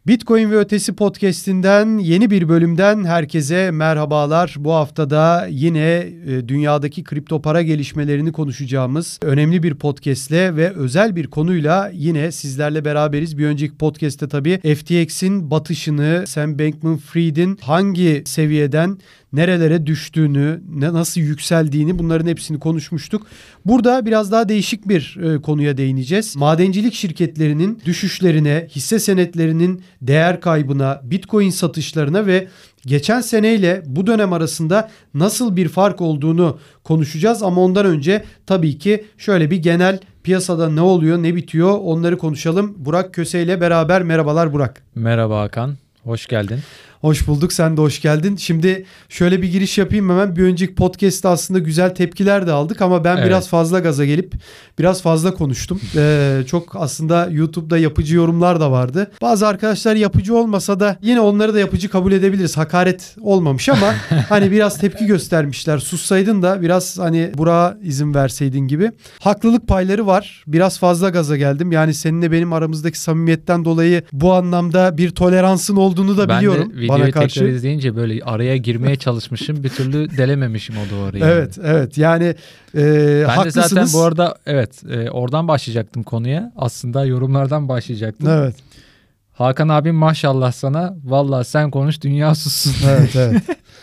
Bitcoin ve Ötesi podcast'inden yeni bir bölümden herkese merhabalar. Bu haftada yine dünyadaki kripto para gelişmelerini konuşacağımız önemli bir podcast'le ve özel bir konuyla yine sizlerle beraberiz. Bir önceki podcast'te tabii FTX'in batışını, Sam Bankman-Fried'in hangi seviyeden nerelere düştüğünü, nasıl yükseldiğini, bunların hepsini konuşmuştuk. Burada biraz daha değişik bir konuya değineceğiz. Madencilik şirketlerinin düşüşlerine, hisse senetlerinin değer kaybına, Bitcoin satışlarına ve geçen seneyle bu dönem arasında nasıl bir fark olduğunu konuşacağız. Ama ondan önce tabii ki şöyle bir genel piyasada ne oluyor, ne bitiyor onları konuşalım. Burak Köse ile beraber. Merhabalar Burak. Merhaba Hakan, hoş geldin. Hoş bulduk, sen de hoş geldin. Şimdi şöyle bir giriş yapayım hemen. Bir önceki podcast'ta aslında güzel tepkiler de aldık ama ben biraz fazla gaza gelip biraz fazla konuştum. Çok aslında YouTube'da yapıcı yorumlar da vardı. Bazı arkadaşlar yapıcı olmasa da yine onları da yapıcı kabul edebiliriz. Hakaret olmamış ama hani biraz tepki göstermişler. Sussaydın da biraz hani Burak'a izin verseydin gibi. Haklılık payları var. Biraz fazla gaza geldim. Yani seninle benim aramızdaki samimiyetten dolayı bu anlamda bir toleransın olduğunu da biliyorum. Ben de videoyu tekrar izleyince böyle araya girmeye çalışmışım. Bir türlü delememişim o duvarı. Yani. Evet. Yani ben haklısınız. de zaten bu arada oradan başlayacaktım konuya. Aslında yorumlardan başlayacaktım. Evet. Hakan abim maşallah sana. Vallahi sen konuş dünya sussun. Evet.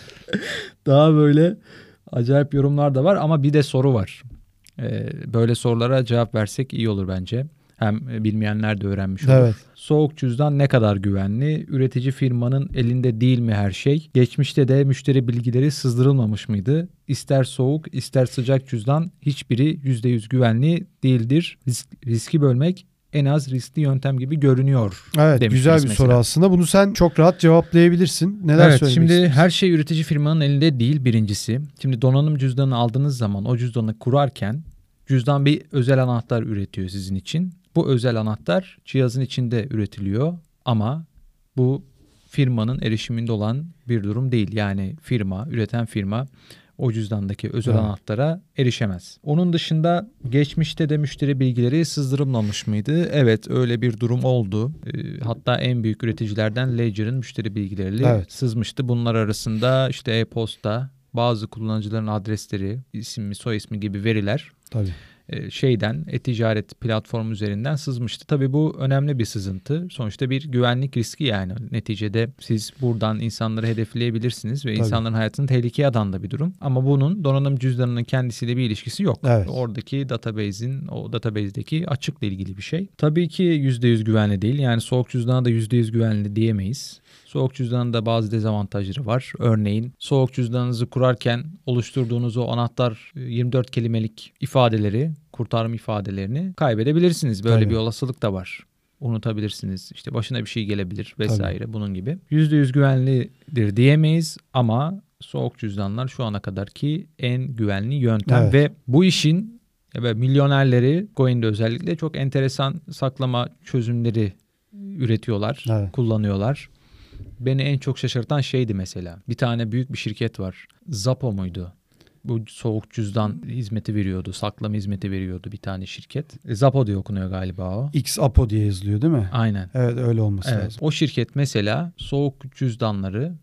Daha böyle acayip yorumlar da var ama bir de soru var. Böyle sorulara cevap versek iyi olur bence. Hem bilmeyenler de öğrenmiş olur. Evet. Soğuk cüzdan ne kadar güvenli? Üretici firmanın elinde değil mi her şey? Geçmişte de müşteri bilgileri sızdırılmamış mıydı? İster soğuk ister sıcak cüzdan hiçbiri %100 güvenli değildir. Riski bölmek en az riskli yöntem gibi görünüyor. Evet, güzel bir soru aslında. Bunu sen çok rahat cevaplayabilirsin. Neler söylemek şimdi istiyorsun? Her şey üretici firmanın elinde değil birincisi. Şimdi donanım cüzdanını aldığınız zaman o cüzdanı kurarken cüzdan bir özel anahtar üretiyor sizin için. Bu özel anahtar cihazın içinde üretiliyor ama bu firmanın erişiminde olan bir durum değil. Yani üreten firma o cüzdandaki özel anahtara erişemez. Onun dışında geçmişte de müşteri bilgileri sızdırılmamış mıydı? Evet, öyle bir durum oldu. Hatta en büyük üreticilerden Ledger'ın müşteri bilgileri sızmıştı. Bunlar arasında işte e-posta, bazı kullanıcıların adresleri, isim, soy ismi gibi veriler. Tabii. E-ticaret platformu üzerinden sızmıştı. Tabii bu önemli bir sızıntı. Sonuçta bir güvenlik riski yani. Neticede siz buradan insanları hedefleyebilirsiniz ve insanların hayatını tehlikeye atan da bir durum. Ama bunun donanım cüzdanının kendisiyle bir ilişkisi yok. Evet. Oradaki o database'deki açıkla ilgili bir şey. Tabii ki %100 güvenli değil. Yani soğuk cüzdana da %100 güvenli diyemeyiz. Soğuk cüzdanın da bazı dezavantajları var. Örneğin soğuk cüzdanınızı kurarken oluşturduğunuz o anahtar 24 kelimelik ifadeleri, kurtarma ifadelerini kaybedebilirsiniz. Böyle bir olasılık da var. Unutabilirsiniz. İşte başına bir şey gelebilir vesaire bunun gibi. %100 güvenlidir diyemeyiz ama soğuk cüzdanlar şu ana kadarki en güvenli yöntem ve bu işin milyonerleri Bitcoin'de özellikle çok enteresan saklama çözümleri üretiyorlar, kullanıyorlar. Beni en çok şaşırtan şeydi mesela. Bir tane büyük bir şirket var. Zappo muydu? Bu soğuk cüzdan hizmeti veriyordu. Saklama hizmeti veriyordu bir tane şirket. Zappo diye okunuyor galiba o. X-Apo diye yazılıyor değil mi? Aynen. Evet, öyle olması lazım. O şirket mesela soğuk cüzdanları,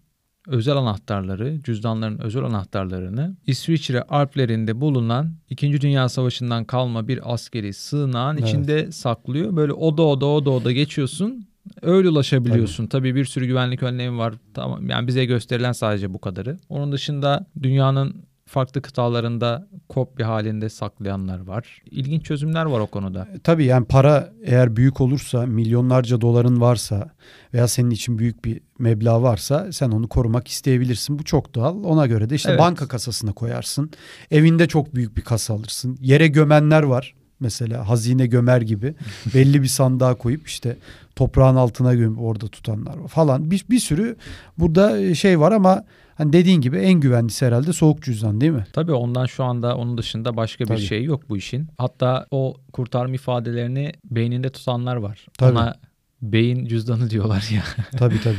cüzdanların özel anahtarlarını İsviçre Alplerinde bulunan 2. Dünya Savaşı'ndan kalma bir askeri sığınağın içinde saklıyor. Böyle oda geçiyorsun. Öyle ulaşabiliyorsun. Tabii bir sürü güvenlik önlemi var. Tamam. Yani bize gösterilen sadece bu kadarı. Onun dışında dünyanın farklı kıtalarında kopya halinde saklayanlar var. İlginç çözümler var o konuda. Tabii yani para eğer büyük olursa, milyonlarca doların varsa veya senin için büyük bir meblağ varsa sen onu korumak isteyebilirsin. Bu çok doğal. Ona göre de işte banka kasasına koyarsın. Evinde çok büyük bir kasa alırsın. Yere gömenler var. Mesela hazine gömer gibi belli bir sandığa koyup işte toprağın altına gömüp orada tutanlar var falan. Bir sürü burada şey var ama hani dediğin gibi en güvenlisi herhalde soğuk cüzdan değil mi? Tabii şu anda onun dışında başka bir şey yok bu işin. Hatta o kurtarma ifadelerini beyninde tutanlar var. Tabii. Ona beyin cüzdanı diyorlar ya. Tabii.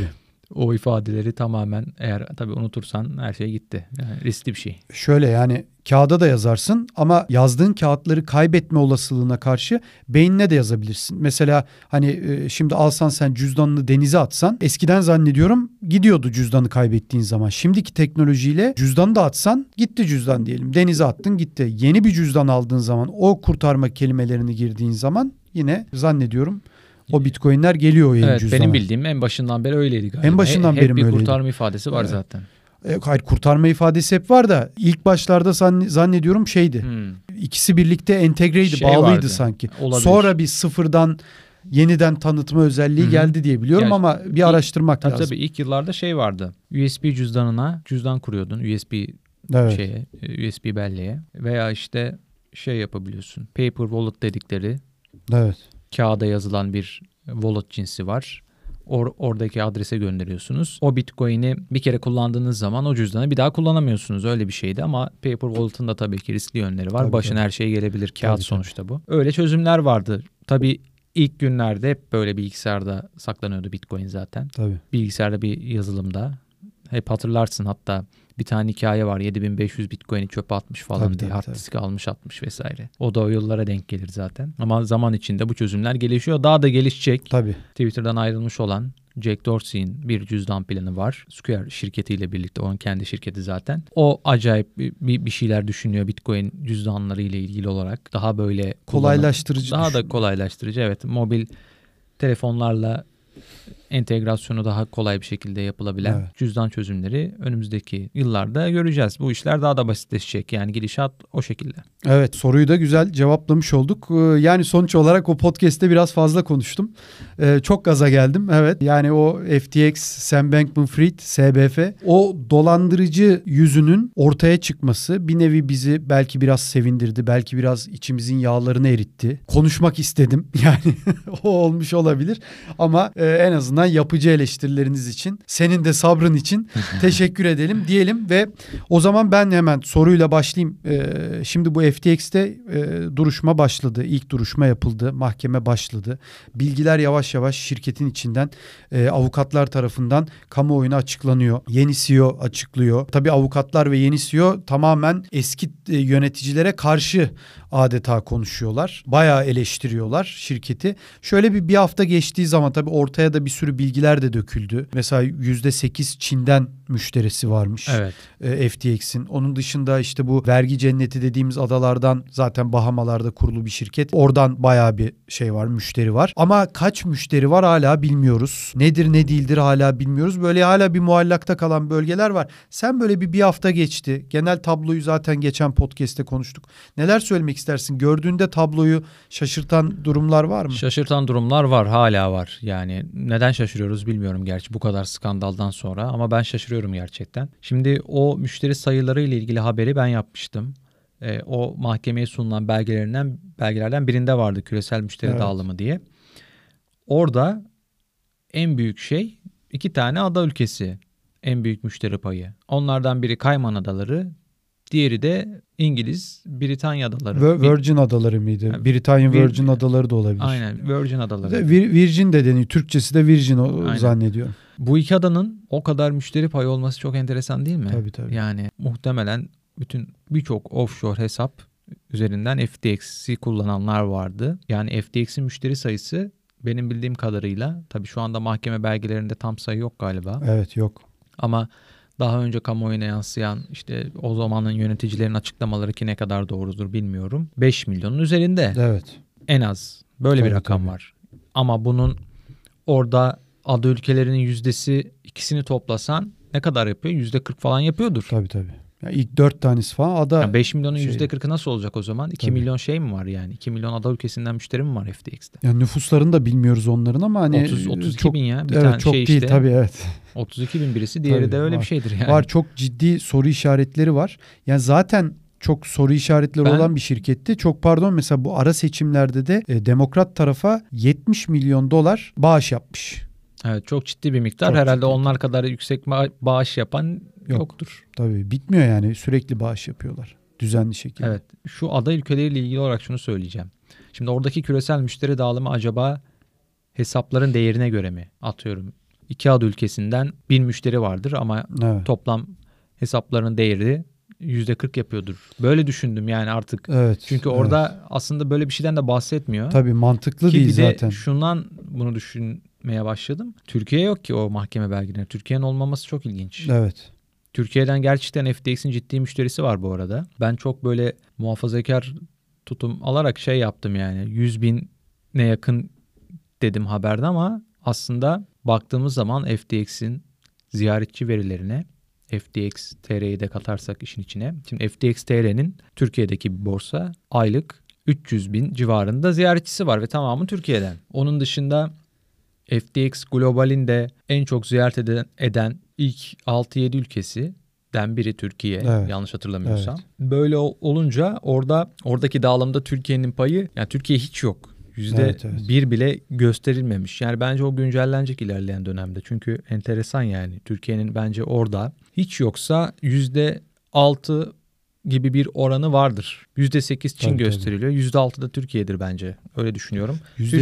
O ifadeleri tamamen, eğer tabii unutursan her şey gitti. Yani riskli bir şey. Şöyle yani kağıda da yazarsın ama yazdığın kağıtları kaybetme olasılığına karşı beynine de yazabilirsin. Mesela hani şimdi alsan sen cüzdanını denize atsan, eskiden zannediyorum gidiyordu cüzdanı kaybettiğin zaman. Şimdiki teknolojiyle cüzdanı da atsan gitti cüzdan diyelim. Denize attın gitti. Yeni bir cüzdan aldığın zaman, o kurtarma kelimelerini girdiğin zaman yine zannediyorum o Bitcoin'ler geliyor o yeni Evet, cüzdana. benim bildiğim en başından beri öyleydi galiba. En başından beri hep mi bir öyleydi? kurtarma ifadesi var Evet. zaten. Hayır, kurtarma ifadesi hep var da ilk başlarda zannediyorum şeydi. İkisi birlikte entegreydi, bağlıydı vardı. sanki. Olabilir. Sonra bir sıfırdan yeniden tanıtma özelliği geldi diye biliyorum ama bir araştırmak lazım. Tabii ilk yıllarda vardı. USB cüzdanına cüzdan kuruyordun. USB Evet. USB belleğe veya yapabiliyorsun. Paper wallet dedikleri, Evet. kağıda yazılan bir wallet cinsi var. Oradaki adrese gönderiyorsunuz. O Bitcoin'i bir kere kullandığınız zaman o cüzdanı bir daha kullanamıyorsunuz. Öyle bir şeydi ama Paper Wallet'ın da tabii ki riskli yönleri var. Başına her şey gelebilir. Kağıt sonuçta bu. Öyle çözümler vardı. Tabii ilk günlerde hep böyle bilgisayarda saklanıyordu Bitcoin zaten. Tabii. Bilgisayarda bir yazılımda. Hep hatırlarsın, hatta bir tane hikaye var. 7500 Bitcoin'i çöpe atmış falan diye. Hard disk almış atmış vesaire. O da o yıllara denk gelir zaten. Ama zaman içinde bu çözümler gelişiyor. Daha da gelişecek. Tabii. Twitter'dan ayrılmış olan Jack Dorsey'in bir cüzdan planı var. Square şirketiyle birlikte, onun kendi şirketi zaten. O acayip bir şeyler düşünüyor Bitcoin cüzdanları ile ilgili olarak. Daha böyle kolaylaştırıcı. Daha da kolaylaştırıcı. Evet, mobil telefonlarla entegrasyonu daha kolay bir şekilde yapılabilen cüzdan çözümleri önümüzdeki yıllarda göreceğiz. Bu işler daha da basitleşecek. Yani gidişat o şekilde. Evet, soruyu da güzel cevaplamış olduk. Yani sonuç olarak o podcast'te biraz fazla konuştum. Çok gaza geldim. Evet. Yani o FTX, Sam Bankman-Fried, SBF, o dolandırıcı yüzünün ortaya çıkması bir nevi bizi belki biraz sevindirdi. Belki biraz içimizin yağlarını eritti. Konuşmak istedim. Yani o olmuş olabilir. Ama en azından yapıcı eleştirileriniz için, senin de sabrın için teşekkür edelim diyelim ve o zaman ben hemen soruyla başlayayım. Şimdi bu FTX'te duruşma başladı. İlk duruşma yapıldı. Mahkeme başladı. Bilgiler yavaş yavaş şirketin içinden avukatlar tarafından kamuoyuna açıklanıyor. Yeni CEO açıklıyor. Tabii avukatlar ve yeni CEO tamamen eski yöneticilere karşı adeta konuşuyorlar. Bayağı eleştiriyorlar şirketi. Şöyle bir hafta geçtiği zaman tabii ortaya da bir sürü bilgiler de döküldü. Mesela %8 Çin'den müşterisi varmış. Evet. FTX'in. Onun dışında işte bu vergi cenneti dediğimiz adalardan, zaten Bahamalarda kurulu bir şirket. Oradan bayağı bir var, müşteri var. Ama kaç müşteri var hala bilmiyoruz. Nedir ne değildir hala bilmiyoruz. Böyle hala bir muallakta kalan bölgeler var. Sen böyle bir hafta geçti. Genel tabloyu zaten geçen podcast'te konuştuk. Neler söylemek istersin? Gördüğünde tabloyu şaşırtan durumlar var mı? Şaşırtan durumlar var, hala var. Yani neden şaşırıyoruz bilmiyorum gerçi bu kadar skandaldan sonra, ama ben şaşırıyorum gerçekten. Şimdi o müşteri sayıları ile ilgili haberi ben yapmıştım. O mahkemeye sunulan belgelerden birinde vardı, küresel müşteri dağılımı diye. Orada en büyük 2 tane ada ülkesi en büyük müşteri payı. Onlardan biri Kayman Adaları, diğeri de İngiliz, Britanya Adaları. Virgin Adaları mıydı? Britanya Virgin Adaları da olabilir. Aynen, Virgin Adaları. Virgin de deniyor. Türkçesi de Virgin zannediyorum. Bu iki adanın o kadar müşteri payı olması çok enteresan değil mi? Tabii. Yani muhtemelen birçok offshore hesap üzerinden FTX'i kullananlar vardı. Yani FTX'in müşteri sayısı benim bildiğim kadarıyla, tabii şu anda mahkeme belgelerinde tam sayı yok galiba. Evet, yok. Ama daha önce kamuoyuna yansıyan o zamanın yöneticilerin açıklamaları, ki ne kadar doğrudur bilmiyorum, 5 milyonun üzerinde. Evet. En az böyle bir rakam var. Ama bunun orada ada ülkelerinin %2'sini toplasan ne kadar yapıyor? %40 falan yapıyordur. Tabii. Yani ilk 4 tanesi falan ada. Yani 5 milyonun %40'ı nasıl olacak o zaman? 2 milyon mi var yani? 2 milyon ada ülkesinden müşteri mi var FTX'te? Yani nüfuslarını da bilmiyoruz onların ama hani 32 çok, bin ya. Bir evet, tane çok değil tabii, evet. 32 bin birisi, diğeri tabii, de öyle var. bir şeydir yani. Var, çok ciddi soru işaretleri var. Yani zaten çok soru işaretleri olan bir şirketti. Mesela bu ara seçimlerde de Demokrat tarafa $70 milyon bağış yapmış. Evet, çok ciddi bir miktar. Çok Herhalde ciddi. Onlar kadar yüksek bağış yapan yoktur. Tabii, bitmiyor yani, sürekli bağış yapıyorlar düzenli şekilde. Evet, şu ada ülkeleriyle ilgili olarak şunu söyleyeceğim. Şimdi oradaki küresel müşteri dağılımı acaba hesapların değerine göre mi? Atıyorum 2 ada ülkesinden 1000 müşteri vardır ama Evet. toplam hesaplarının değeri %40 yapıyordur. Böyle düşündüm yani artık. Evet. Çünkü orada aslında böyle bir şeyden de bahsetmiyor. Tabii mantıklı ki değil bir de zaten. şundan bunu düşünmeye başladım. Türkiye yok ki o mahkeme belgeleri. Türkiye'nin olmaması çok ilginç. Evet. Türkiye'den gerçekten FTX'in ciddi müşterisi var bu arada. Ben çok böyle muhafazakar tutum alarak şey yaptım yani. 100.000'e yakın dedim haberde ama aslında baktığımız zaman FTX'in ziyaretçi verilerine FTX TR'yi de katarsak işin içine. Şimdi FTX TR'nin Türkiye'deki bir borsa aylık 300.000 civarında ziyaretçisi var ve tamamı Türkiye'den. Onun dışında FTX Global'in de en çok ziyaret eden ilk 6-7 ülkesinden biri Türkiye, Evet. yanlış hatırlamıyorsam. Evet. Böyle olunca oradaki dağılımda Türkiye'nin payı, yani Türkiye hiç yok. %1 bile gösterilmemiş. Yani bence o güncellenecek ilerleyen dönemde. Çünkü enteresan yani. Türkiye'nin bence orada hiç yoksa %6 gibi bir oranı vardır. %8 Çin gösteriliyor. %6 da Türkiye'dir bence. Öyle düşünüyorum.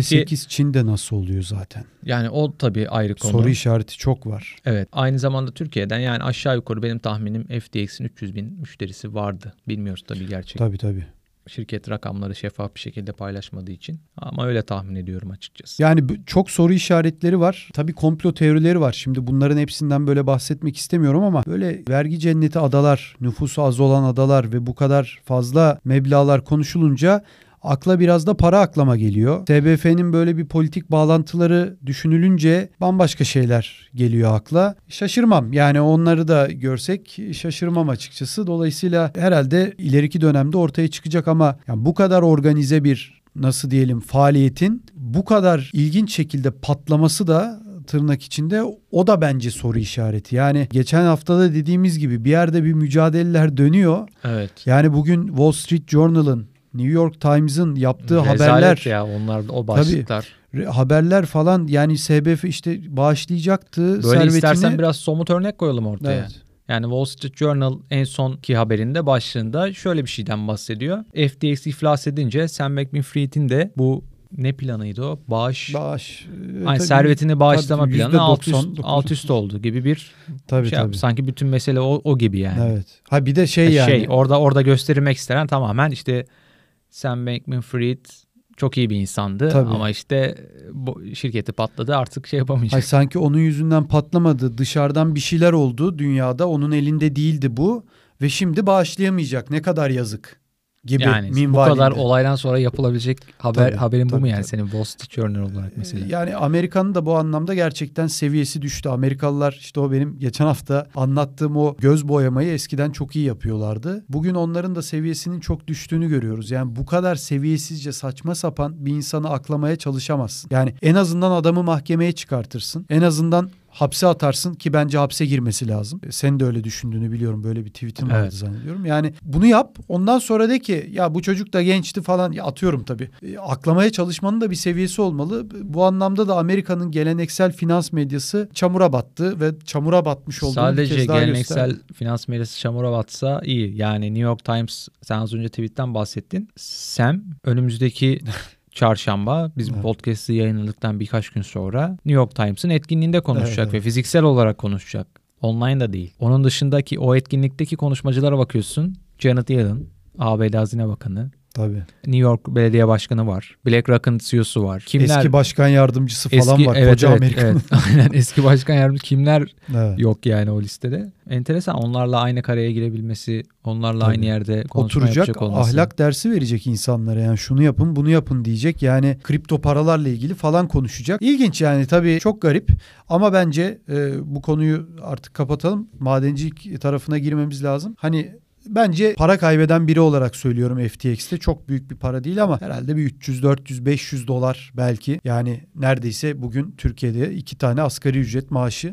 %8 Çin'de nasıl oluyor zaten? Yani o tabii ayrı konu. Soru işareti çok var. Evet. Aynı zamanda Türkiye'den yani aşağı yukarı benim tahminim FTX'in 300.000 müşterisi vardı. Bilmiyoruz tabii gerçek. Tabii. Şirket rakamları şeffaf bir şekilde paylaşmadığı için. Ama öyle tahmin ediyorum açıkçası. Yani çok soru işaretleri var. Tabii komplo teorileri var. Şimdi bunların hepsinden böyle bahsetmek istemiyorum ama böyle vergi cenneti adalar, nüfusu az olan adalar ve bu kadar fazla meblağlar konuşulunca akla biraz da para aklama geliyor. TBF'nin böyle bir politik bağlantıları düşünülünce bambaşka şeyler geliyor akla. Şaşırmam. Yani onları da görsek şaşırmam açıkçası. Dolayısıyla herhalde ileriki dönemde ortaya çıkacak ama yani bu kadar organize bir nasıl diyelim faaliyetin bu kadar ilginç şekilde patlaması da tırnak içinde o da bence soru işareti. Yani geçen haftada dediğimiz gibi bir yerde bir mücadeleler dönüyor. Evet. Yani bugün Wall Street Journal'ın, New York Times'ın yaptığı Rezalet haberler ya onlar o başlıklar. Tabii, haberler falan yani SBF işte bağışlayacaktı böyle servetini. istersen biraz somut örnek koyalım ortaya. Evet. Yani Wall Street Journal en sonki haberinde başlığında şöyle bir şeyden bahsediyor. FTX iflas edince Sam Bankman-Fried'in de bu ne planıydı o? Bağış. Hani servetini bağışlama planı alt üst oldu gibi bir şey. Sanki bütün mesele o gibi yani. Evet. Ha bir de yani. Orada gösterilmek istenen tamamen işte Sam Bankman-Fried çok iyi bir insandı ama işte şirketi patladı artık şey yapamayacak. Hayır, sanki onun yüzünden patlamadı. Dışarıdan bir şeyler oldu dünyada. Onun elinde değildi bu ve şimdi bağışlayamayacak. Ne kadar yazık gibi yani minvalinde. Bu kadar olaydan sonra yapılabilecek haberin bu mu yani senin Wall Street Journal olarak mesela? Yani Amerika'nın da bu anlamda gerçekten seviyesi düştü. Amerikalılar işte o benim geçen hafta anlattığım o göz boyamayı eskiden çok iyi yapıyorlardı. Bugün onların da seviyesinin çok düştüğünü görüyoruz. Yani bu kadar seviyesizce saçma sapan bir insanı aklamaya çalışamazsın. Yani en azından adamı mahkemeye çıkartırsın. En azından hapse atarsın ki bence hapse girmesi lazım. Sen de öyle düşündüğünü biliyorum. Böyle bir tweetin vardı zannediyorum. Yani bunu yap. Ondan sonra de ki ya bu çocuk da gençti falan. Ya atıyorum tabii. Aklamaya çalışmanın da bir seviyesi olmalı. Bu anlamda da Amerika'nın geleneksel finans medyası çamura battı ve çamura batmış olduğunu sadece bir kez daha geleneksel gösterdi. finans medyası çamura batsa iyi. Yani New York Times, sen az önce tweetten bahsettin. Sam önümüzdeki çarşamba biz bu podcast'ı yayınladıktan birkaç gün sonra New York Times'ın etkinliğinde konuşacak ve fiziksel olarak konuşacak. Online da değil. Onun dışındaki o etkinlikteki konuşmacılara bakıyorsun. Janet Yellen, ABD Hazine Bakanı. Tabii. New York Belediye Başkanı var. BlackRock'ın CEO'su var. Eski başkan yardımcısı falan var. Koca Amerika'nın. Evet, aynen eski başkan yardımcısı kimler yok yani o listede. Enteresan, onlarla aynı kareye girebilmesi, onlarla aynı yerde konuşma yapacak olması. Ahlak dersi verecek insanlara, yani şunu yapın bunu yapın diyecek, yani kripto paralarla ilgili falan konuşacak. İlginç yani, tabii çok garip ama bence bu konuyu artık kapatalım. Madencilik tarafına girmemiz lazım. Hani bence para kaybeden biri olarak söylüyorum, FTX'te çok büyük bir para değil ama herhalde bir 300, 400, 500 dolar belki. Yani neredeyse bugün Türkiye'de 2 tane asgari ücret maaşı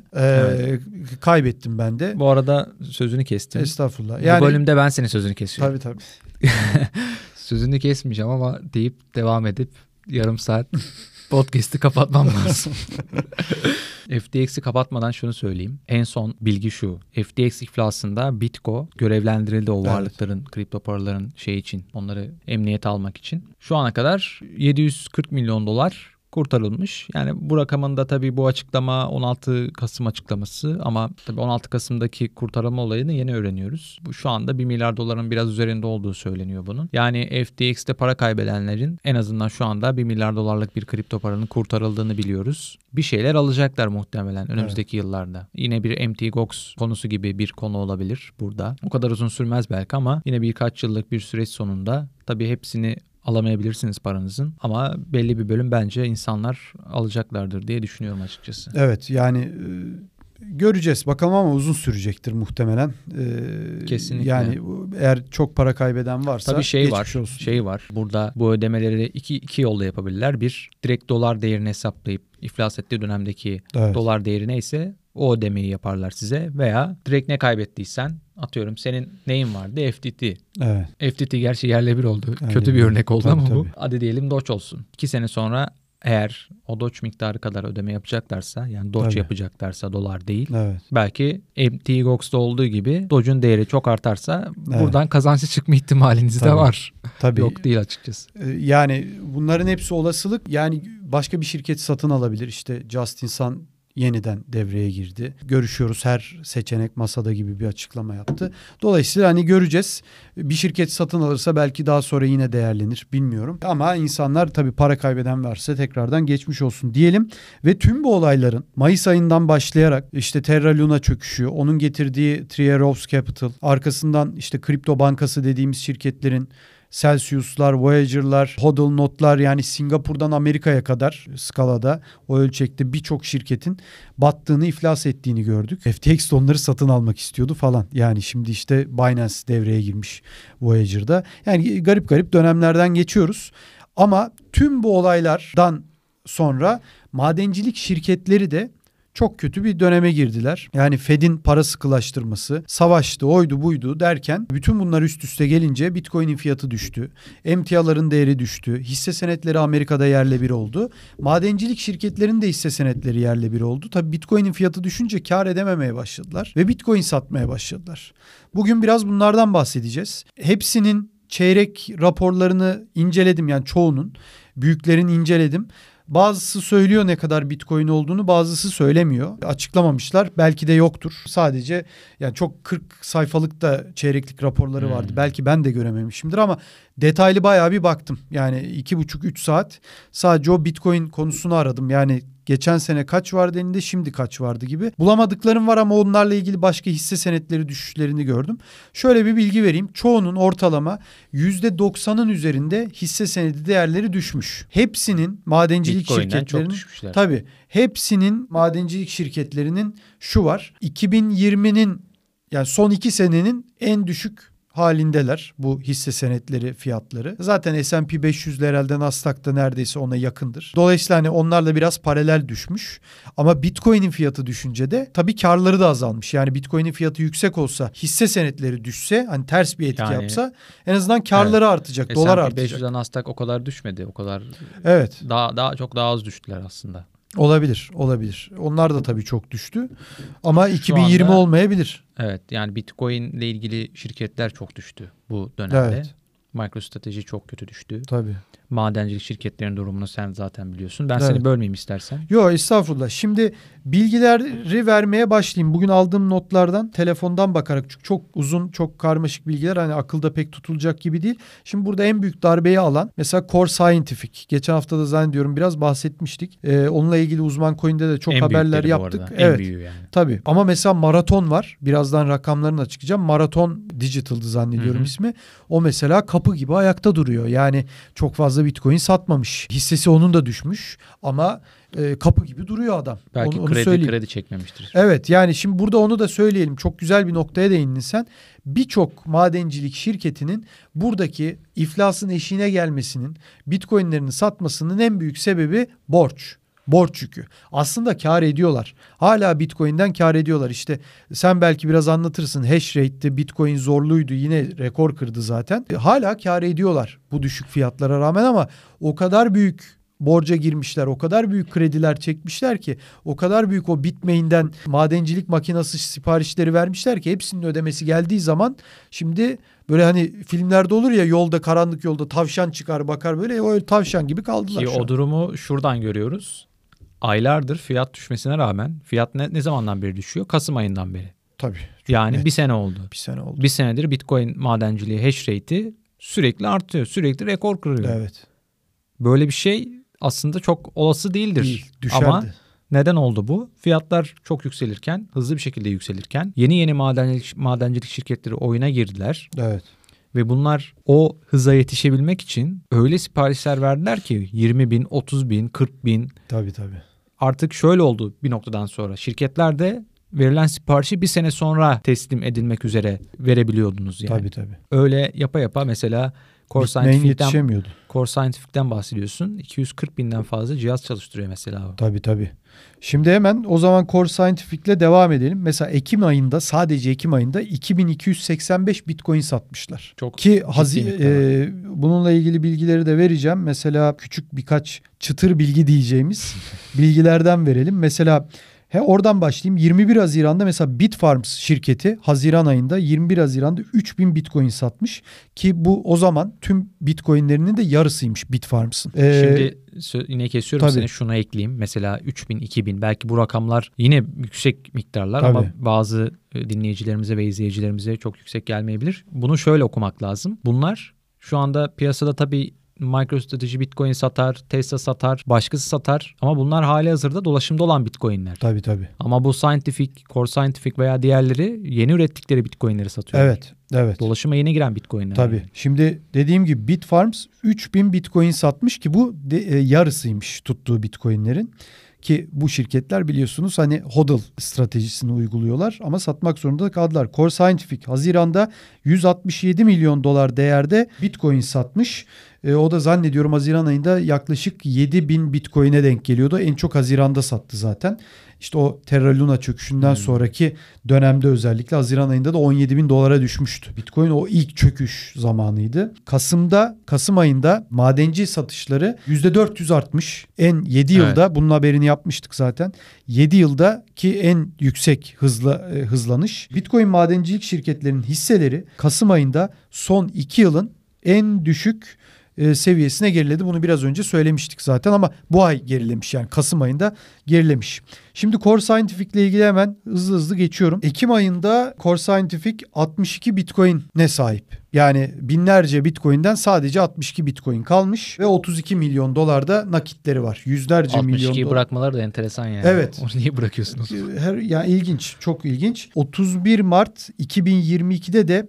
kaybettim ben de. Bu arada sözünü kestim. Estağfurullah. Yani, bu bölümde ben senin sözünü kesiyorum. Tabii. Sözünü kesmeyeceğim ama deyip devam edip yarım saat podcast'ı kapatmam lazım. FTX'i kapatmadan şunu söyleyeyim. En son bilgi şu. FTX iflasında Bitco görevlendirildi o varlıkların, kripto paraların için, onları emniyete almak için. Şu ana kadar 740 milyon dolar kurtarılmış. Yani bu rakamın da tabii bu açıklama 16 Kasım açıklaması ama tabii 16 Kasım'daki kurtarılma olayını yeni öğreniyoruz. Bu şu anda 1 milyar doların biraz üzerinde olduğu söyleniyor bunun. Yani FTX'te para kaybedenlerin en azından şu anda 1 milyar dolarlık bir kripto paranın kurtarıldığını biliyoruz. Bir şeyler alacaklar muhtemelen önümüzdeki yıllarda. Yine bir Mt. Gox konusu gibi bir konu olabilir burada. O kadar uzun sürmez belki ama yine birkaç yıllık bir süreç sonunda tabii hepsini alamayabilirsiniz paranızın ama belli bir bölüm bence insanlar alacaklardır diye düşünüyorum açıkçası. Evet yani göreceğiz bakalım ama uzun sürecektir muhtemelen. Kesinlikle. Yani eğer çok para kaybeden varsa tabii geçmiş olsun. Şey var. Burada bu ödemeleri iki yolda yapabilirler. Bir, direkt dolar değerini hesaplayıp iflas ettiği dönemdeki dolar değeri neyse o ödemeyi yaparlar size veya direkt ne kaybettiysen atıyorum senin neyin vardı? FTT. Evet. FTT gerçi yerle bir oldu. Kötü bir örnek oldu ama tabii. bu. Hadi diyelim Doge olsun. 2 sene sonra eğer o Doge miktarı kadar ödeme yapacaklarsa yani Doge yapacaklarsa dolar değil. Evet. Belki Mt. Gox'da olduğu gibi Doge'un değeri çok artarsa buradan kazançlı çıkma ihtimaliniz de var. Tabii. Yok değil açıkçası. Yani bunların hepsi olasılık. Yani başka bir şirket satın alabilir. İşte Justin Sun yeniden devreye girdi. Görüşüyoruz her seçenek masada gibi bir açıklama yaptı. Dolayısıyla hani göreceğiz. Bir şirket satın alırsa belki daha sonra yine değerlenir. Bilmiyorum. Ama insanlar tabii para kaybeden varsa tekrardan geçmiş olsun diyelim. Ve tüm bu olayların Mayıs ayından başlayarak işte Terra Luna çöküşü, onun getirdiği Three Arrows Capital, arkasından işte kripto bankası dediğimiz şirketlerin Celsius'lar, Voyager'lar, Hodl Not'lar yani Singapur'dan Amerika'ya kadar skalada o ölçekte birçok şirketin battığını, iflas ettiğini gördük. FTX de onları satın almak istiyordu falan. Yani şimdi işte Binance devreye girmiş Voyager'da. Yani garip garip dönemlerden geçiyoruz. Ama tüm bu olaylardan sonra madencilik şirketleri de çok kötü bir döneme girdiler. Yani Fed'in para sıkılaştırması, savaştı, oydu buydu derken bütün bunlar üst üste gelince Bitcoin'in fiyatı düştü. Emtiaların değeri düştü. Hisse senetleri Amerika'da yerle bir oldu. Madencilik şirketlerinin de hisse senetleri yerle bir oldu. Tabii Bitcoin'in fiyatı düşünce kar edememeye başladılar ve Bitcoin satmaya başladılar. Bugün biraz bunlardan bahsedeceğiz. Hepsinin çeyrek raporlarını inceledim, yani çoğunun. Büyüklerini inceledim. Bazısı söylüyor ne kadar Bitcoin olduğunu, bazısı söylemiyor. Açıklamamışlar. Belki de yoktur. Sadece yani çok 40 sayfalık da çeyreklik raporları vardı. Belki ben de görememişimdir ama detaylı bayağı bir baktım. Yani 2,5-3 saat sadece o Bitcoin konusunu aradım. Yani geçen sene kaç vardı elinde, şimdi kaç vardı gibi. Bulamadıklarım var ama onlarla ilgili başka hisse senetleri düşüşlerini gördüm. Şöyle bir bilgi vereyim. Çoğunun ortalama %90'ın üzerinde hisse senedi değerleri düşmüş. Hepsinin madencilik Bitcoin'den şirketlerinin, çok düşmüşler. tabii hepsinin madencilik şirketlerinin şu var. 2020'nin yani son 2 senenin en düşük halindeler bu hisse senetleri fiyatları. Zaten S&P 500'ler herhalde Nasdaq'ta neredeyse ona yakındır. Dolayısıyla hani onlarla biraz paralel düşmüş. Ama Bitcoin'in fiyatı düşünce de tabii karları da azalmış. Yani Bitcoin'in fiyatı yüksek olsa, hisse senetleri düşse, hani ters bir etki yapsa en azından karları artacak, dolar artacak. S&P 500'den Nasdaq o kadar düşmedi. O kadar çok daha az düştüler aslında. Olabilir. Onlar da tabii çok düştü. Ama 2020 olmayabilir. Evet, yani Bitcoin ile ilgili şirketler çok düştü bu dönemde. Evet. MicroStrategy çok kötü düştü. Tabii. Madencilik şirketlerinin durumunu sen zaten biliyorsun. Ben seni bölmeyeyim istersen. Yok estağfurullah. Şimdi bilgileri vermeye başlayayım. Bugün aldığım notlardan, telefondan bakarak, çünkü çok uzun, çok karmaşık bilgiler, hani akılda pek tutulacak gibi değil. Şimdi burada en büyük darbeyi alan mesela Core Scientific. Geçen hafta da zannediyorum biraz bahsetmiştik. Onunla ilgili Uzman Coin'de de çok haberler yaptık. En büyüğü yani. Tabii. Ama mesela Marathon var. Birazdan rakamlarını açıklayacağım. Marathon Digital'dı zannediyorum ismi. O mesela kapı gibi ayakta duruyor. Yani çok fazla Bitcoin satmamış. Hissesi onun da düşmüş ama kapı gibi duruyor adam. Belki onu kredi çekmemiştir. Evet, yani şimdi burada onu da söyleyelim. Çok güzel bir noktaya değindin sen. Birçok madencilik şirketinin buradaki iflasın eşiğine gelmesinin, Bitcoin'lerini satmasının en büyük sebebi borç. Borç yükü. Aslında kar ediyorlar. Hala Bitcoin'den kar ediyorlar. İşte sen belki biraz anlatırsın. Hash rate'te Bitcoin zorluydu. Yine rekor kırdı zaten. Hala kar ediyorlar bu düşük fiyatlara rağmen ama o kadar büyük borca girmişler. O kadar büyük krediler çekmişler ki, o kadar büyük o Bitmain'den madencilik makinesi siparişleri vermişler ki hepsinin ödemesi geldiği zaman şimdi böyle hani filmlerde olur ya, yolda, karanlık yolda tavşan çıkar bakar, böyle o tavşan gibi kaldılar. Ki o durumu şuradan görüyoruz. Aylardır fiyat düşmesine rağmen fiyat ne zamandan beri düşüyor? Kasım ayından beri. Tabii. Yani net. bir sene oldu. Bir sene oldu. Bir senedir Bitcoin madenciliği hash rate'i sürekli artıyor. Sürekli rekor kırıyor. Evet. Böyle bir şey aslında çok olası değildir. Değil, düşerdi. Ama neden oldu bu? Fiyatlar çok yükselirken, hızlı bir şekilde yükselirken yeni madencilik şirketleri oyuna girdiler. Evet. Ve bunlar o hıza yetişebilmek için öyle siparişler verdiler ki 20 bin, 30 bin, 40 bin. Tabii. Artık şöyle oldu bir noktadan sonra. Şirketler de verilen siparişi bir sene sonra teslim edilmek üzere verebiliyordunuz yani. Tabii. Öyle yapa mesela Bitmain yetişemiyordu. Core Scientific'ten bahsediyorsun. 240 binden fazla cihaz çalıştırıyor mesela o. Tabii. Şimdi hemen o zaman Core Scientific'le devam edelim. Mesela Ekim ayında, sadece Ekim ayında 2285 Bitcoin satmışlar. Çok ki bununla ilgili bilgileri de vereceğim. Mesela küçük birkaç çıtır bilgi diyeceğimiz bilgilerden verelim. Mesela oradan başlayayım. 21 Haziran'da mesela Bitfarms şirketi Haziran ayında 21 Haziran'da 3000 Bitcoin satmış ki bu o zaman tüm Bitcoin'lerinin de yarısıymış Bitfarms'ın. Şimdi yine kesiyorum tabii. seni, şuna ekleyeyim. Mesela 3000, 2000 belki bu rakamlar yine yüksek miktarlar Tabii. ama bazı dinleyicilerimize ve izleyicilerimize çok yüksek gelmeyebilir. Bunu şöyle okumak lazım. Bunlar şu anda piyasada tabii MicroStrategy Bitcoin satar, Tesla satar, başkası satar ama bunlar hali hazırda dolaşımda olan Bitcoin'ler. Tabii. Ama bu Core Scientific veya diğerleri yeni ürettikleri Bitcoin'leri satıyor. Evet. Dolaşıma yeni giren Bitcoin'ler. Tabii. Yani. Şimdi dediğim gibi Bitfarms 3000 Bitcoin satmış ki bu yarısıymış tuttuğu Bitcoin'lerin. Ki bu şirketler biliyorsunuz hani HODL stratejisini uyguluyorlar ama satmak zorunda kaldılar. Core Scientific Haziran'da 167 milyon dolar değerde Bitcoin satmış. O da zannediyorum Haziran ayında yaklaşık 7.000 Bitcoin'e denk geliyordu. En çok Haziran'da sattı zaten. İşte o Terra Luna çöküşünden sonraki dönemde özellikle Haziran ayında da 17.000 dolara düşmüştü. Bitcoin o ilk çöküş zamanıydı. Kasım ayında madenci satışları %400 artmış. 7 yılda bunun haberini yapmıştık zaten. 7 yıldaki en yüksek hızlanış. Bitcoin madencilik şirketlerinin hisseleri Kasım ayında son 2 yılın en düşük seviyesine geriledi. Bunu biraz önce söylemiştik zaten ama bu ay gerilemiş, yani Kasım ayında gerilemiş. Şimdi Core Scientific ile ilgili hemen hızlı geçiyorum. Ekim ayında Core Scientific 62 Bitcoin'e sahip. Yani binlerce Bitcoin'den sadece 62 Bitcoin kalmış ve 32 milyon dolar da nakitleri var. Yüzlerce milyon dolar. 62'yi bırakmaları da enteresan yani. Evet. Onu niye bırakıyorsunuz? Yani ilginç, çok ilginç. 31 Mart 2022'de de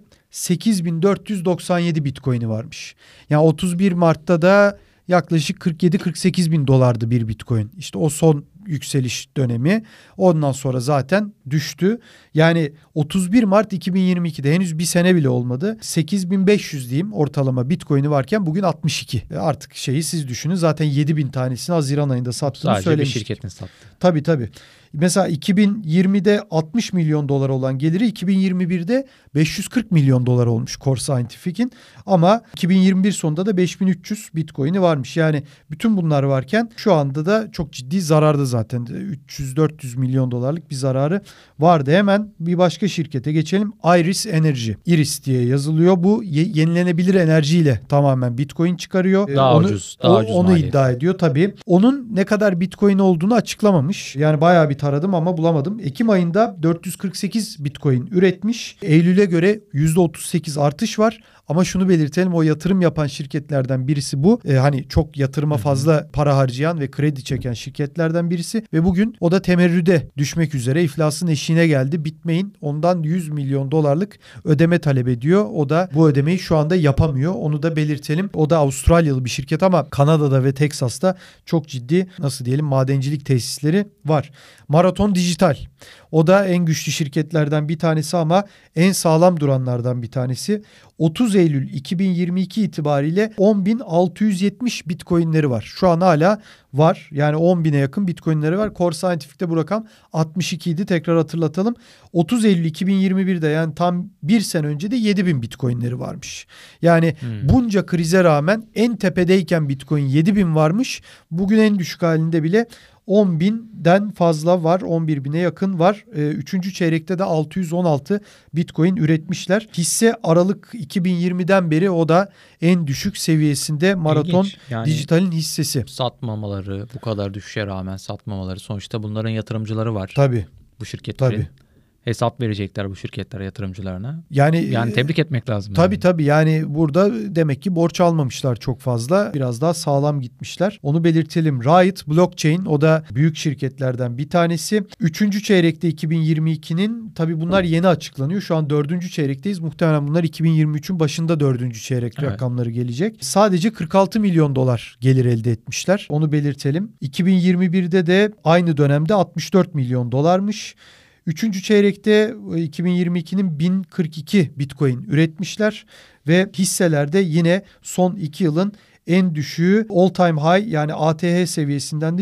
8.497 Bitcoin'i varmış. Yani 31 Mart'ta da yaklaşık 47-48 bin dolardı bir Bitcoin. İşte o son yükseliş dönemi. Ondan sonra zaten düştü. Yani 31 Mart 2022'de henüz bir sene bile olmadı. 8.500 diyeyim ortalama Bitcoin'i varken bugün 62. Artık siz düşünün, zaten 7.000 tanesini Haziran ayında sattığını söylemiştik. Sadece bir şirketin sattı. Tabii. Mesela 2020'de 60 milyon dolar olan geliri 2021'de 540 milyon dolar olmuş Core Scientific'in. Ama 2021 sonunda da 5300 Bitcoin'i varmış. Yani bütün bunlar varken şu anda da çok ciddi zararda zaten. 300-400 milyon dolarlık bir zararı vardı. Hemen bir başka şirkete geçelim. Iris Energy. Iris diye yazılıyor. Bu yenilenebilir enerjiyle tamamen Bitcoin çıkarıyor. Daha ucuz onu maliyeti. iddia ediyor tabii. Onun ne kadar Bitcoin olduğunu açıklamamış. Yani bayağı bir taradım ama bulamadım. Ekim ayında 448 Bitcoin üretmiş. Eylül'e göre %38 artış var. Ama şunu belirtelim, o yatırım yapan şirketlerden birisi bu. Hani çok yatırıma fazla para harcayan ve kredi çeken şirketlerden birisi. Ve bugün o da temerrüde düşmek üzere, iflasın eşiğine geldi. Bitmain ondan 100 milyon dolarlık ödeme talep ediyor. O da bu ödemeyi şu anda yapamıyor. Onu da belirtelim. O da Avustralyalı bir şirket ama Kanada'da ve Teksas'ta çok ciddi madencilik tesisleri var. Marathon Dijital. O da en güçlü şirketlerden bir tanesi ama en sağlam duranlardan bir tanesi. 30 Eylül 2022 itibariyle 10.670 Bitcoin'leri var. Şu an hala var. Yani 10 bine yakın Bitcoin'leri var. Core Scientific'te bu rakam 62 idi. Tekrar hatırlatalım. 30 Eylül 2021'de yani tam bir sene önce de 7 bin Bitcoin'leri varmış. Yani bunca krize rağmen en tepedeyken Bitcoin 7 bin varmış. Bugün en düşük halinde bile 10 binden fazla var. 11 bine yakın var. Üçüncü çeyrekte de 616 Bitcoin üretmişler. Hisse Aralık 2020'den beri o da en düşük seviyesinde Marathon Yani Dijital'in hissesi. Satmamaları, bu kadar düşüşe rağmen satmamaları, sonuçta bunların yatırımcıları var. Tabii. Bu şirketlerin. Tabii. Hesap verecekler bu şirketler yatırımcılarına. Yani tebrik etmek lazım. Tabii yani burada demek ki borç almamışlar çok fazla. Biraz daha sağlam gitmişler. Onu belirtelim. Riot Blockchain, o da büyük şirketlerden bir tanesi. Üçüncü çeyrekte 2022'nin, tabii bunlar yeni açıklanıyor. Şu an dördüncü çeyrekteyiz. Muhtemelen bunlar 2023'ün başında dördüncü çeyrek rakamları gelecek. Sadece 46 milyon dolar gelir elde etmişler. Onu belirtelim. 2021'de de aynı dönemde 64 milyon dolarmış. Üçüncü çeyrekte 2022'nin 1042 Bitcoin üretmişler ve hisselerde yine son 2 yılın en düşüğü all time high, yani ATH seviyesinden de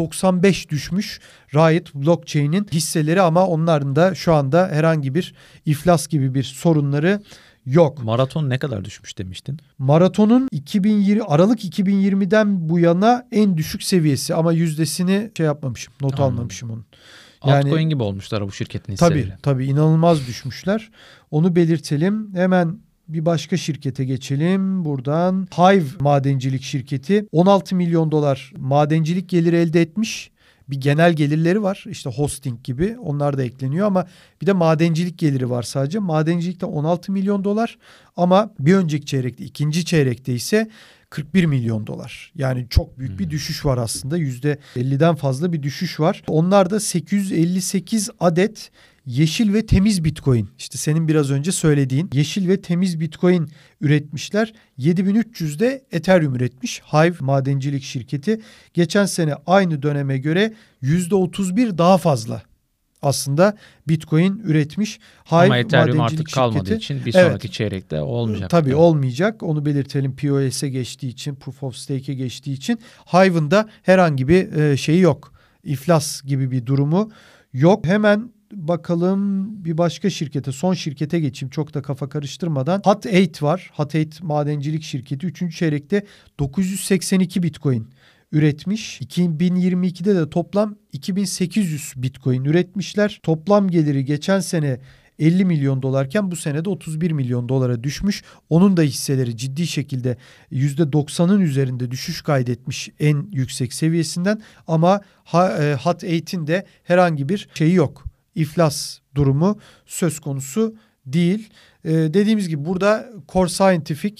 %95 düşmüş Riot Blockchain'in hisseleri, ama onların da şu anda herhangi bir iflas gibi bir sorunları yok. Marathon ne kadar düşmüş demiştin? Marathon'un Aralık 2020'den bu yana en düşük seviyesi, ama yüzdesini yapmamışım, not almamışım onun. Yani, altcoin gibi olmuşlar bu şirketin hisseleri. Tabii inanılmaz düşmüşler. Onu belirtelim. Hemen bir başka şirkete geçelim buradan. Hive madencilik şirketi 16 milyon dolar madencilik geliri elde etmiş. Bir genel gelirleri var. İşte hosting gibi, onlar da ekleniyor, ama bir de madencilik geliri var sadece. Madencilikte 16 milyon dolar, ama bir önceki çeyrekte, ikinci çeyrekte ise 41 milyon dolar. Yani çok büyük bir düşüş var aslında. %50'den fazla bir düşüş var. Onlar da 858 adet yeşil ve temiz Bitcoin, işte senin biraz önce söylediğin yeşil ve temiz Bitcoin üretmişler. 7300 de Ethereum üretmiş Hive madencilik şirketi. Geçen sene aynı döneme göre %31 daha fazla aslında Bitcoin üretmiş Hive ama Ethereum madencilik artık kalmadığı şirketi. için bir sonraki çeyrekte olmayacak. Tabii olmayacak. Onu belirtelim. POS'e geçtiği için, Proof of Stake'e geçtiği için Hive'ın da herhangi bir şeyi yok. İflas gibi bir durumu yok. Hemen bakalım bir başka şirkete, son şirkete geçeyim çok da kafa karıştırmadan. Hut 8 var. Hut 8 madencilik şirketi 3. çeyrekte 982 Bitcoin üretmiş. 2022'de de toplam 2800 Bitcoin üretmişler. Toplam geliri geçen sene 50 milyon dolarken bu sene de 31 milyon dolara düşmüş. Onun da hisseleri ciddi şekilde %90'ın üzerinde düşüş kaydetmiş en yüksek seviyesinden, ama Hut 8'in de herhangi bir şeyi yok. İflas durumu söz konusu değil. Dediğimiz gibi burada Core Scientific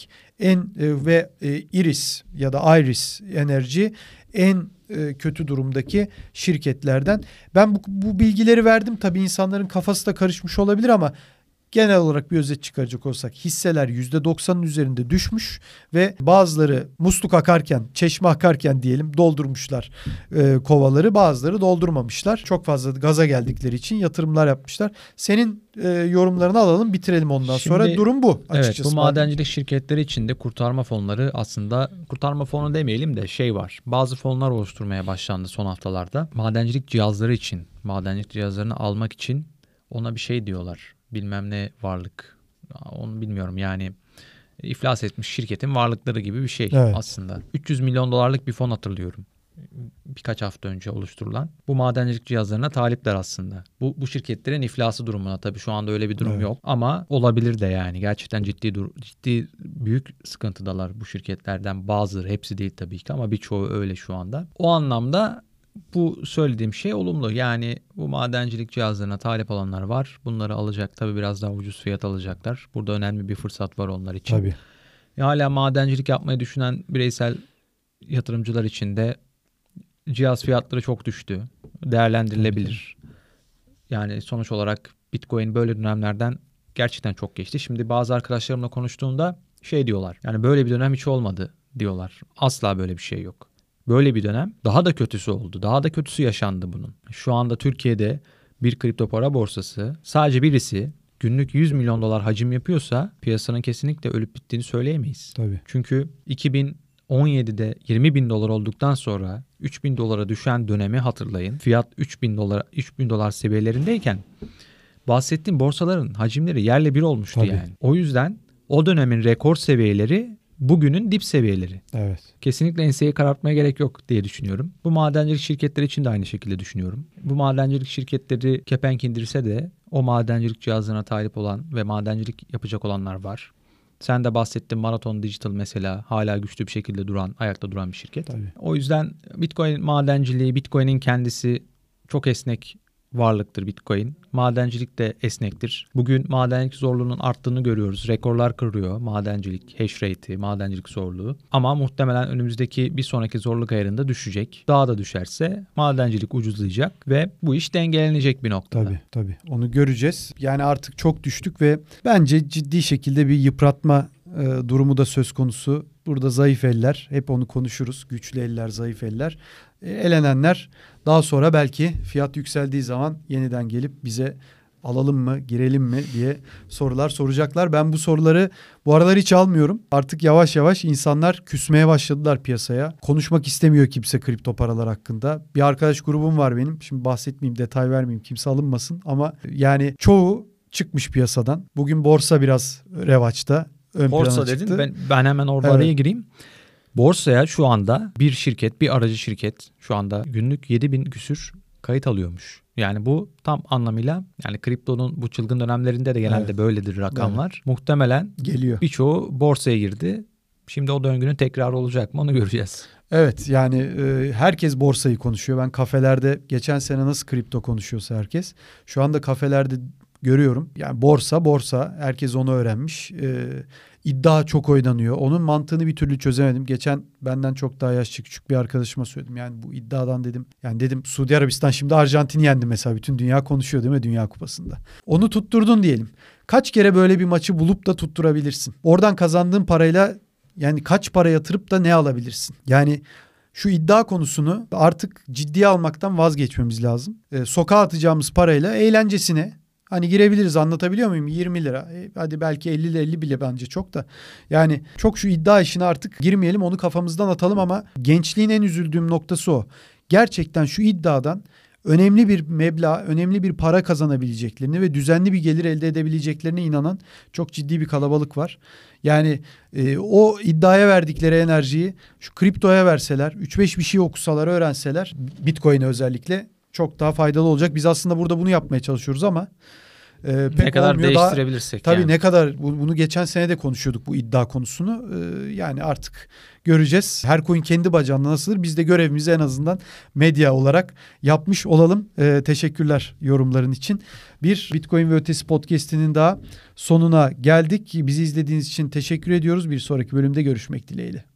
ve Iris ya da Iris Energy en kötü durumdaki şirketlerden. Ben bu bilgileri verdim. Tabii insanların kafası da karışmış olabilir, ama genel olarak bir özet çıkaracak olsak hisseler %90'ın üzerinde düşmüş ve bazıları musluk akarken, çeşme akarken diyelim doldurmuşlar kovaları, bazıları doldurmamışlar. Çok fazla gaza geldikleri için yatırımlar yapmışlar. Senin yorumlarını alalım, bitirelim ondan sonra. Durum bu açıkçası. Evet, bu madencilik şirketleri için de kurtarma fonları, aslında kurtarma fonu demeyelim de var. Bazı fonlar oluşturmaya başlandı son haftalarda. Madencilik cihazları için, madencilik cihazlarını almak için ona bir şey diyorlar. Bilmem ne varlık. Onu bilmiyorum yani. İflas etmiş şirketin varlıkları gibi bir şey aslında. 300 milyon dolarlık bir fon hatırlıyorum. Birkaç hafta önce oluşturulan. Bu madencilik cihazlarına talipler aslında. Bu şirketlerin iflası durumuna, tabii şu anda öyle bir durum yok. Ama olabilir de yani. Gerçekten ciddi büyük sıkıntıdalar bu şirketlerden bazıları. Hepsi değil tabii ki, ama birçoğu öyle şu anda. O anlamda bu söylediğim şey olumlu. Yani bu madencilik cihazlarına talip olanlar var. Bunları alacak, tabii biraz daha ucuz fiyat alacaklar. Burada önemli bir fırsat var onlar için. Tabii. Hala madencilik yapmayı düşünen bireysel yatırımcılar için de cihaz fiyatları çok düştü. Değerlendirilebilir. Yani sonuç olarak Bitcoin böyle dönemlerden gerçekten çok geçti. Şimdi bazı arkadaşlarımla konuştuğumda diyorlar. Yani böyle bir dönem hiç olmadı diyorlar. Asla böyle bir şey yok. Böyle bir dönem daha da kötüsü oldu. Daha da kötüsü yaşandı bunun. Şu anda Türkiye'de bir kripto para borsası, sadece birisi günlük 100 milyon dolar hacim yapıyorsa piyasanın kesinlikle ölüp bittiğini söyleyemeyiz. Tabii. Çünkü 2017'de 20 bin dolar olduktan sonra 3 bin dolara düşen dönemi hatırlayın. Fiyat 3 bin dolar seviyelerindeyken bahsettiğim borsaların hacimleri yerle bir olmuştu. Tabii. Yani. O yüzden o dönemin rekor seviyeleri bugünün dip seviyeleri. Evet. Kesinlikle enseyi karartmaya gerek yok diye düşünüyorum. Bu madencilik şirketleri için de aynı şekilde düşünüyorum. Bu madencilik şirketleri kepenk indirse de o madencilik cihazına talip olan ve madencilik yapacak olanlar var. Sen de bahsettin, Marathon Digital mesela hala güçlü bir şekilde ayakta duran bir şirket. Tabii. O yüzden Bitcoin madenciliği, Bitcoin'in kendisi çok esnek varlıktır Bitcoin. Madencilik de esnektir. Bugün madencilik zorluğunun arttığını görüyoruz. Rekorlar kırıyor madencilik hash rate'i, madencilik zorluğu. Ama muhtemelen önümüzdeki bir sonraki zorluk ayarında düşecek. Daha da düşerse madencilik ucuzlayacak ve bu iş dengelenecek bir noktada. Tabii. Onu göreceğiz. Yani artık çok düştük ve bence ciddi şekilde bir yıpratma durumu da söz konusu. Burada zayıf eller, hep onu konuşuruz. Güçlü eller, zayıf eller. Elenenler daha sonra belki fiyat yükseldiği zaman yeniden gelip bize alalım mı, girelim mi diye sorular soracaklar. Ben bu soruları bu aralar hiç almıyorum. Artık yavaş yavaş insanlar küsmeye başladılar piyasaya. Konuşmak istemiyor kimse kripto paralar hakkında. Bir arkadaş grubum var benim. Şimdi bahsetmeyeyim, detay vermeyeyim, kimse alınmasın. Ama yani çoğu çıkmış piyasadan. Bugün borsa biraz revaçta. Borsa dedin, ben hemen orada araya gireyim. Borsaya şu anda bir aracı şirket şu anda günlük 7.000 küsür kayıt alıyormuş. Yani bu tam anlamıyla, yani kriptonun bu çılgın dönemlerinde de genelde böyledir rakamlar. Evet. Muhtemelen geliyor. Birçoğu borsaya girdi. Şimdi o döngünün tekrarı olacak mı onu göreceğiz. Evet, yani herkes borsayı konuşuyor. Ben kafelerde geçen sene nasıl kripto konuşuyorsa herkes, şu anda kafelerde görüyorum. Yani borsa herkes onu öğrenmiş. İddia çok oynanıyor. Onun mantığını bir türlü çözemedim. Geçen benden çok daha yaşlı küçük bir arkadaşıma söyledim. Yani bu iddiadan dedim. Yani dedim, Suudi Arabistan şimdi Arjantin'i yendi mesela. Bütün dünya konuşuyor değil mi Dünya Kupası'nda? Onu tutturdun diyelim. Kaç kere böyle bir maçı bulup da tutturabilirsin? Oradan kazandığın parayla yani kaç para yatırıp da ne alabilirsin? Yani şu iddia konusunu artık ciddiye almaktan vazgeçmemiz lazım. Sokağa atacağımız parayla eğlencesine hani girebiliriz, anlatabiliyor muyum? 20 lira. Hadi belki 50 bile bence çok da. Yani çok şu iddia işine artık girmeyelim, onu kafamızdan atalım ama gençliğin en üzüldüğüm noktası o. Gerçekten şu iddiadan önemli bir meblağ, önemli bir para kazanabileceklerini ve düzenli bir gelir elde edebileceklerine inanan çok ciddi bir kalabalık var. Yani o iddiaya verdikleri enerjiyi şu kriptoya verseler, 3-5 bir şey okusalar, öğrenseler, Bitcoin'e özellikle çok daha faydalı olacak. Biz aslında burada bunu yapmaya çalışıyoruz ama pek ne kadar olmuyor. değiştirebilirsek. Tabii ne kadar, bunu geçen sene de konuşuyorduk bu iddia konusunu. Yani artık göreceğiz. Her koyun kendi bacağında nasıldır? Biz de görevimizi en azından medya olarak yapmış olalım. Teşekkürler yorumların için. Bir Bitcoin ve Ötesi podcast'inin daha sonuna geldik. Bizi izlediğiniz için teşekkür ediyoruz. Bir sonraki bölümde görüşmek dileğiyle.